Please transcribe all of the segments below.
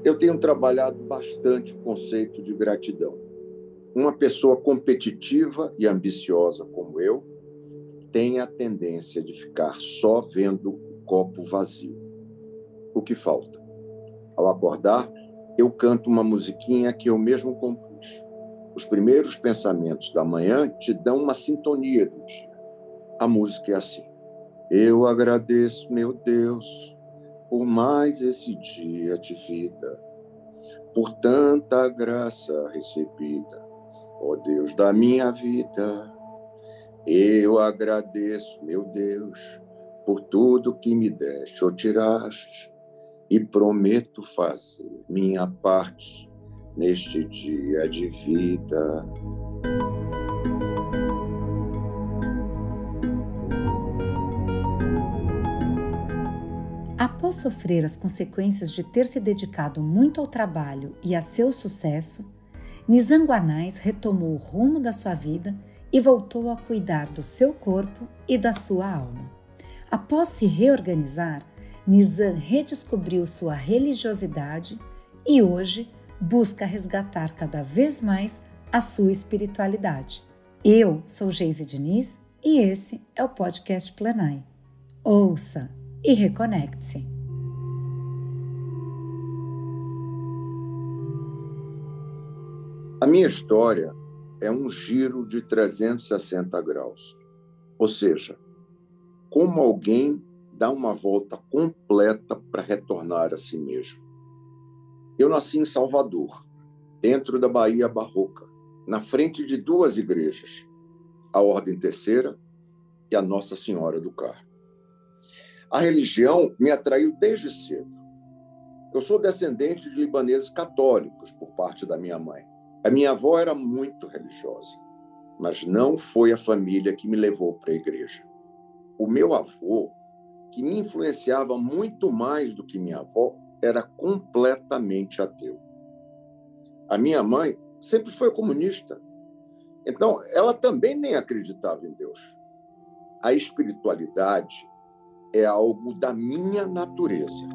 Eu tenho trabalhado bastante o conceito de gratidão. Uma pessoa competitiva e ambiciosa como eu tem a tendência de ficar só vendo o copo vazio. O que falta? Ao acordar, eu canto uma musiquinha que eu mesmo compus. Os primeiros pensamentos da manhã te dão uma sintonia do dia. A música é assim: eu agradeço, meu Deus, por mais esse dia de vida, por tanta graça recebida, ó Deus da minha vida. Eu agradeço, meu Deus, por tudo que me deste ou tiraste, e prometo fazer minha parte neste dia de vida. Após sofrer as consequências de ter se dedicado muito ao trabalho e a seu sucesso, Nizam Guanais retomou o rumo da sua vida e voltou a cuidar do seu corpo e da sua alma. Após se reorganizar, Nizam redescobriu sua religiosidade e hoje busca resgatar cada vez mais a sua espiritualidade. Eu sou Geise Diniz e esse é o podcast Plenai. Ouça e reconecte-se. A minha história é um giro de 360 graus. Ou seja, como alguém dá uma volta completa para retornar a si mesmo. Eu nasci em Salvador, dentro da Bahia Barroca, na frente de duas igrejas, a Ordem Terceira e a Nossa Senhora do Carmo. A religião me atraiu desde cedo. Eu sou descendente de libaneses católicos por parte da minha mãe. A minha avó era muito religiosa, mas não foi a família que me levou para a igreja. O meu avô, que me influenciava muito mais do que minha avó, era completamente ateu. A minha mãe sempre foi comunista, então ela também nem acreditava em Deus. A espiritualidade é algo da minha natureza.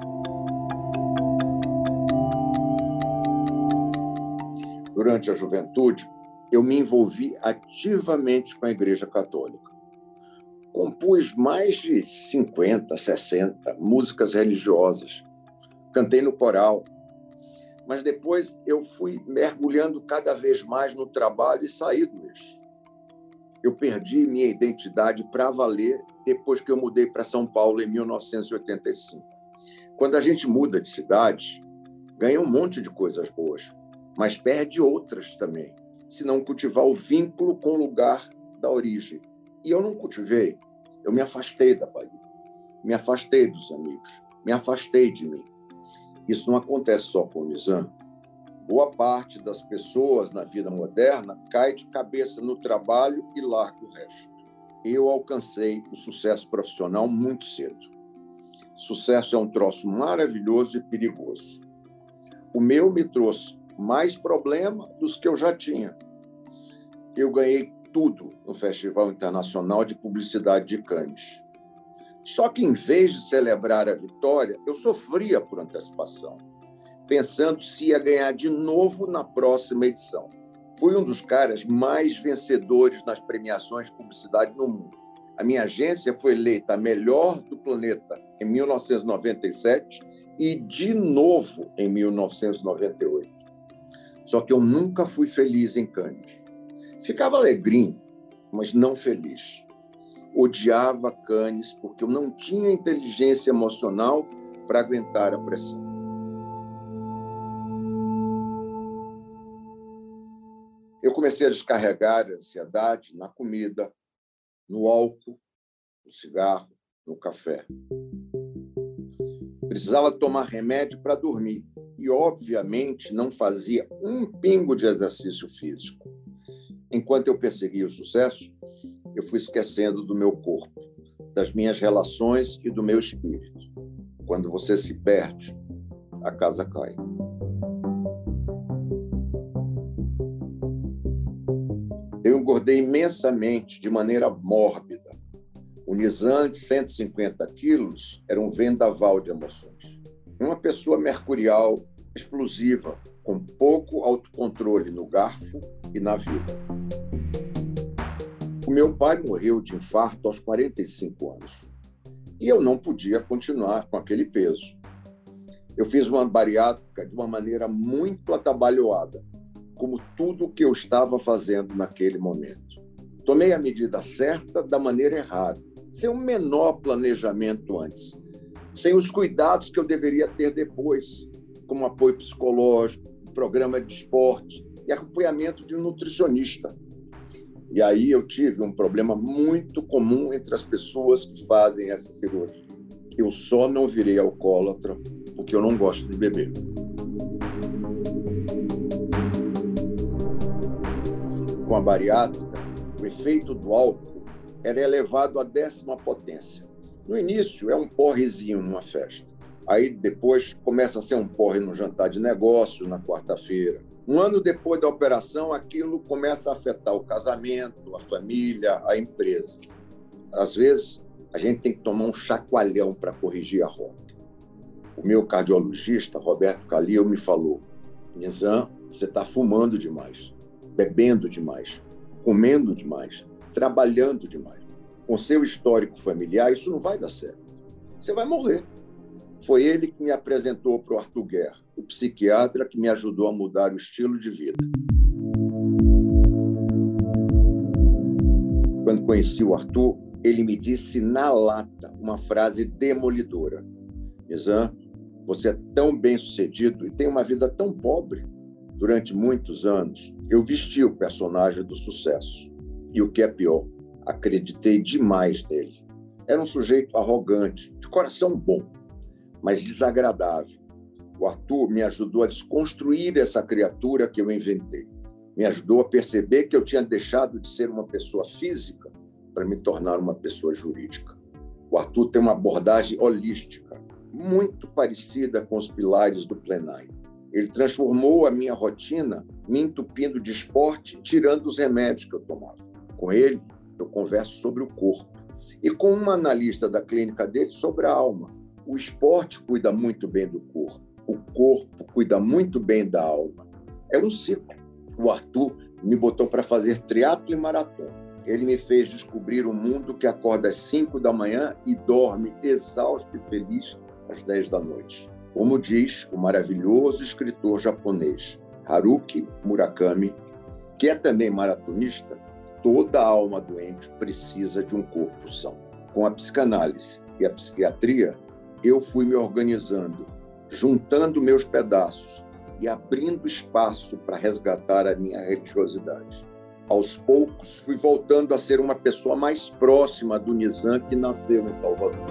Durante a juventude, eu me envolvi ativamente com a Igreja Católica. Compus mais de 50, 60 músicas religiosas. Cantei no coral. Mas depois eu fui mergulhando cada vez mais no trabalho e saí do eixo. Eu perdi minha identidade para valer depois que eu mudei para São Paulo em 1985. Quando a gente muda de cidade, ganha um monte de coisas boas, mas perde outras também, se não cultivar o vínculo com o lugar da origem. E eu não cultivei. Eu me afastei da Bahia, me afastei dos amigos, me afastei de mim. Isso não acontece só com o Nizam. Boa parte das pessoas na vida moderna cai de cabeça no trabalho e larga o resto. Eu alcancei o sucesso profissional muito cedo. Sucesso é um troço maravilhoso e perigoso. O meu me trouxe mais problema dos que eu já tinha. Eu ganhei tudo no Festival Internacional de Publicidade de Cannes. Só que, em vez de celebrar a vitória, eu sofria por antecipação, pensando se ia ganhar de novo na próxima edição. Fui um dos caras mais vencedores nas premiações de publicidade no mundo. A minha agência foi eleita a melhor do planeta em 1997 e de novo em 1998. Só que eu nunca fui feliz em Cannes. Ficava alegrinho, mas não feliz. Odiava Cannes porque eu não tinha inteligência emocional para aguentar a pressão. Eu comecei a descarregar a ansiedade na comida, no álcool, no cigarro, no café. Precisava tomar remédio para dormir e, obviamente, não fazia um pingo de exercício físico. Enquanto eu perseguia o sucesso, eu fui esquecendo do meu corpo, das minhas relações e do meu espírito. Quando você se perde, a casa cai. Eu engordei imensamente, de maneira mórbida. O Nizam, de 150 quilos, era um vendaval de emoções. Uma pessoa mercurial, explosiva, com pouco autocontrole no garfo e na vida. O meu pai morreu de infarto aos 45 anos. E eu não podia continuar com aquele peso. Eu fiz uma bariátrica de uma maneira muito atabalhoada, como tudo o que eu estava fazendo naquele momento. Tomei a medida certa da maneira errada, sem o menor planejamento antes, sem os cuidados que eu deveria ter depois, como apoio psicológico, programa de esporte e acompanhamento de um nutricionista. E aí eu tive um problema muito comum entre as pessoas que fazem essa cirurgia. Eu só não virei alcoólatra porque eu não gosto de beber. Com a bariátrica, o efeito do álcool era elevado à 10ª potência. No início, é um porrezinho numa festa. Aí, depois, começa a ser um porre no jantar de negócios, na quarta-feira. Um ano depois da operação, aquilo começa a afetar o casamento, a família, a empresa. Às vezes, a gente tem que tomar um chacoalhão para corrigir a rota. O meu cardiologista, Roberto Calil, me falou: Nizam, você está fumando demais, bebendo demais, comendo demais, trabalhando demais. Com seu histórico familiar, isso não vai dar certo. Você vai morrer. Foi ele que me apresentou para o Arthur Guerra, o psiquiatra que me ajudou a mudar o estilo de vida. Quando conheci o Arthur, ele me disse na lata uma frase demolidora: Nizam, você é tão bem-sucedido e tem uma vida tão pobre. Durante muitos anos, eu vesti o personagem do sucesso. E o que é pior, acreditei demais nele. Era um sujeito arrogante, de coração bom, mas desagradável. O Arthur me ajudou a desconstruir essa criatura que eu inventei. Me ajudou a perceber que eu tinha deixado de ser uma pessoa física para me tornar uma pessoa jurídica. O Arthur tem uma abordagem holística, muito parecida com os pilares do Plenai. Ele transformou a minha rotina, me entupindo de esporte, tirando os remédios que eu tomava. Com ele, eu converso sobre o corpo. E com uma analista da clínica dele, sobre a alma. O esporte cuida muito bem do corpo. O corpo cuida muito bem da alma. É um ciclo. O Arthur me botou para fazer triatlo e maratona. Ele me fez descobrir um mundo que acorda às 5 da manhã e dorme exausto e feliz às 10 da noite. Como diz o maravilhoso escritor japonês Haruki Murakami, que é também maratonista, toda alma doente precisa de um corpo são. Com a psicanálise e a psiquiatria, eu fui me organizando, juntando meus pedaços e abrindo espaço para resgatar a minha religiosidade. Aos poucos, fui voltando a ser uma pessoa mais próxima do Nizam que nasceu em Salvador.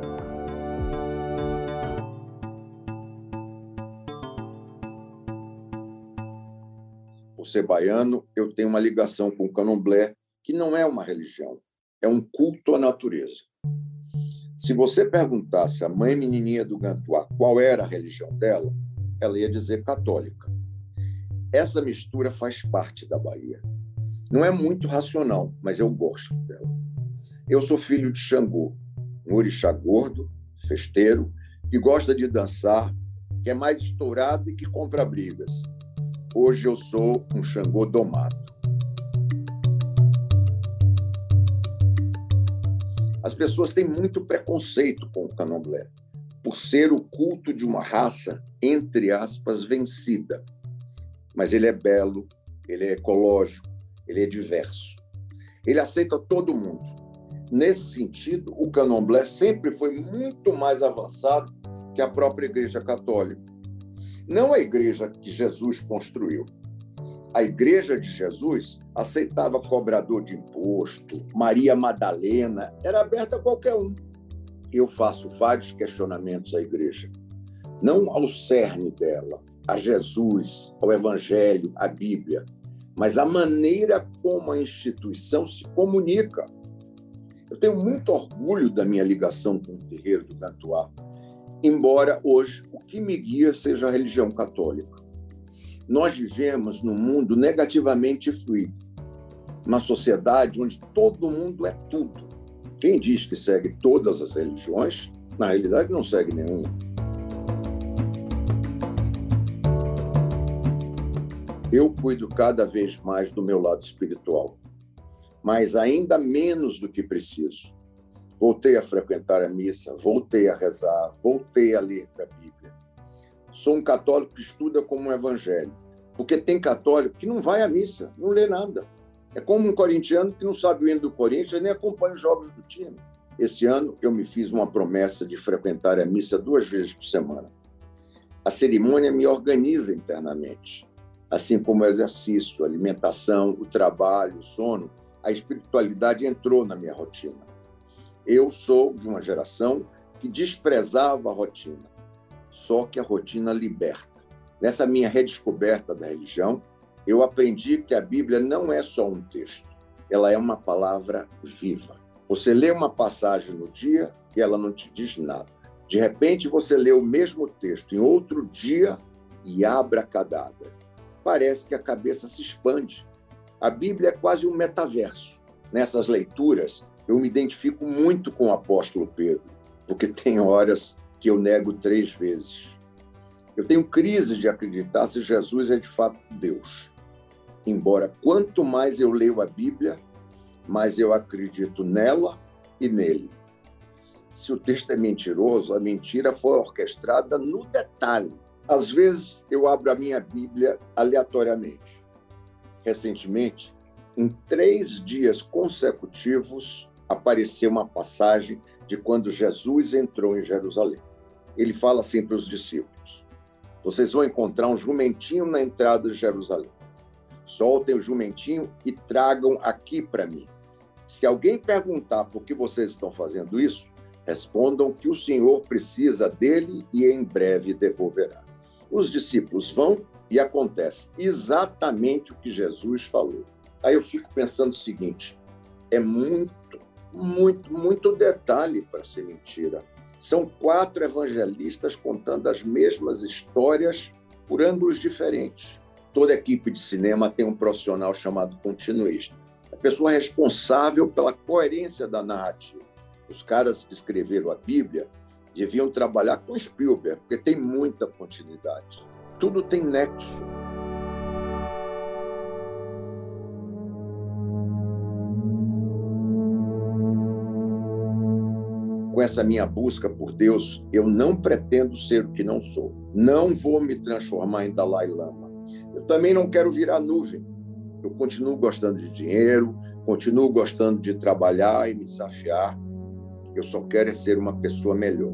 Por ser baiano, eu tenho uma ligação com o candomblé, que não é uma religião, é um culto à natureza. Se você perguntasse à mãe menininha do Gantuá qual era a religião dela, ela ia dizer católica. Essa mistura faz parte da Bahia. Não é muito racional, mas eu gosto dela. Eu sou filho de Xangô, um orixá gordo, festeiro, que gosta de dançar, que é mais estourado e que compra brigas. Hoje eu sou um Xangô domado. As pessoas têm muito preconceito com o candomblé, por ser o culto de uma raça, entre aspas, vencida. Mas ele é belo, ele é ecológico, ele é diverso. Ele aceita todo mundo. Nesse sentido, o candomblé sempre foi muito mais avançado que a própria Igreja Católica. Não a igreja que Jesus construiu. A igreja de Jesus aceitava cobrador de imposto, Maria Madalena, era aberta a qualquer um. Eu faço vários questionamentos à igreja. Não ao cerne dela, a Jesus, ao Evangelho, à Bíblia, mas a maneira como a instituição se comunica. Eu tenho muito orgulho da minha ligação com o terreiro do Gantuá, embora hoje o que me guia seja a religião católica. Nós vivemos num mundo negativamente fluido, uma sociedade onde todo mundo é tudo. Quem diz que segue todas as religiões, na realidade não segue nenhuma. Eu cuido cada vez mais do meu lado espiritual, mas ainda menos do que preciso. Voltei a frequentar a missa, voltei a rezar, voltei a ler a Bíblia. Sou um católico que estuda como um evangelho, porque tem católico que não vai à missa, não lê nada. É como um corintiano que não sabe o hino do Corinthians nem acompanha os jogos do time. Esse ano eu me fiz uma promessa de frequentar a missa 2 vezes por semana. A cerimônia me organiza internamente, assim como o exercício, a alimentação, o trabalho, o sono. A espiritualidade entrou na minha rotina. Eu sou de uma geração que desprezava a rotina, só que a rotina liberta. Nessa minha redescoberta da religião, eu aprendi que a Bíblia não é só um texto, ela é uma palavra viva. Você lê uma passagem no dia e ela não te diz nada. De repente, você lê o mesmo texto em outro dia e abracadabra. Parece que a cabeça se expande. A Bíblia é quase um metaverso. Nessas leituras, eu me identifico muito com o apóstolo Pedro, porque tem horas que eu nego 3 vezes. Eu tenho crise de acreditar se Jesus é de fato Deus. Embora quanto mais eu leio a Bíblia, mais eu acredito nela e nele. Se o texto é mentiroso, a mentira foi orquestrada no detalhe. Às vezes, eu abro a minha Bíblia aleatoriamente. Recentemente, em 3 dias consecutivos, apareceu uma passagem de quando Jesus entrou em Jerusalém. Ele fala assim para os discípulos: vocês vão encontrar um jumentinho na entrada de Jerusalém. Soltem o jumentinho e tragam aqui para mim. Se alguém perguntar por que vocês estão fazendo isso, respondam que o Senhor precisa dele e em breve devolverá. Os discípulos vão e acontece exatamente o que Jesus falou. Aí eu fico pensando o seguinte: é muito detalhe para ser mentira. São 4 evangelistas contando as mesmas histórias por ângulos diferentes. Toda equipe de cinema tem um profissional chamado continuista, a pessoa responsável pela coerência da narrativa. Os caras que escreveram a Bíblia deviam trabalhar com Spielberg, porque tem muita continuidade. Tudo tem nexo. Com essa minha busca por Deus, eu não pretendo ser o que não sou. Não vou me transformar em Dalai Lama. Eu também não quero virar nuvem. Eu continuo gostando de dinheiro, continuo gostando de trabalhar e me desafiar. Eu só quero ser uma pessoa melhor.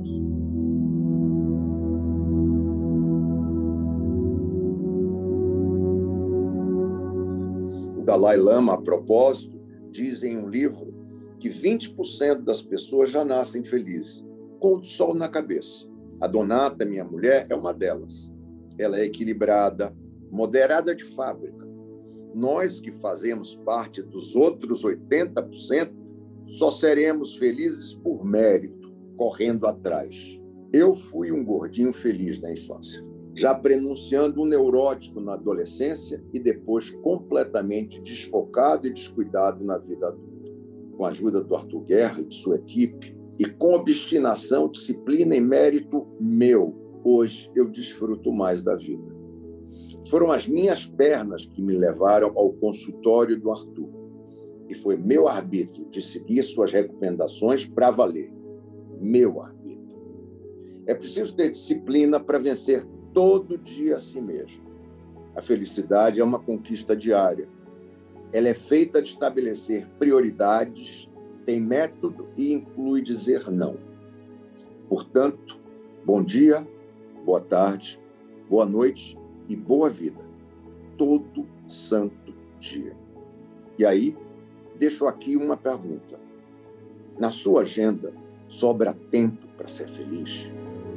O Dalai Lama, a propósito, diz em um livro que 20% das pessoas já nascem felizes, com o sol na cabeça. A Donata, minha mulher, é uma delas. Ela é equilibrada, moderada de fábrica. Nós que fazemos parte dos outros 80%, só seremos felizes por mérito, correndo atrás. Eu fui um gordinho feliz na infância, já prenunciando um neurótico na adolescência e depois completamente desfocado e descuidado na vida adulta. Com a ajuda do Arthur Guerra e de sua equipe, e com obstinação, disciplina e mérito meu, hoje eu desfruto mais da vida. Foram as minhas pernas que me levaram ao consultório do Arthur. E foi meu arbítrio de seguir suas recomendações para valer. Meu arbítrio. É preciso ter disciplina para vencer todo dia a si mesmo. A felicidade é uma conquista diária. Ela é feita de estabelecer prioridades, tem método e inclui dizer não. Portanto, bom dia, boa tarde, boa noite e boa vida. Todo santo dia. E aí, deixo aqui uma pergunta. Na sua agenda, sobra tempo para ser feliz?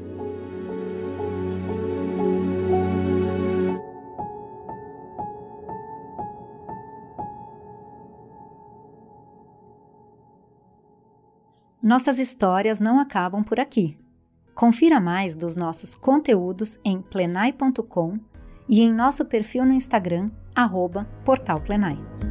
Nossas histórias não acabam por aqui. Confira mais dos nossos conteúdos em plenai.com e em nosso perfil no Instagram, @portalplenai.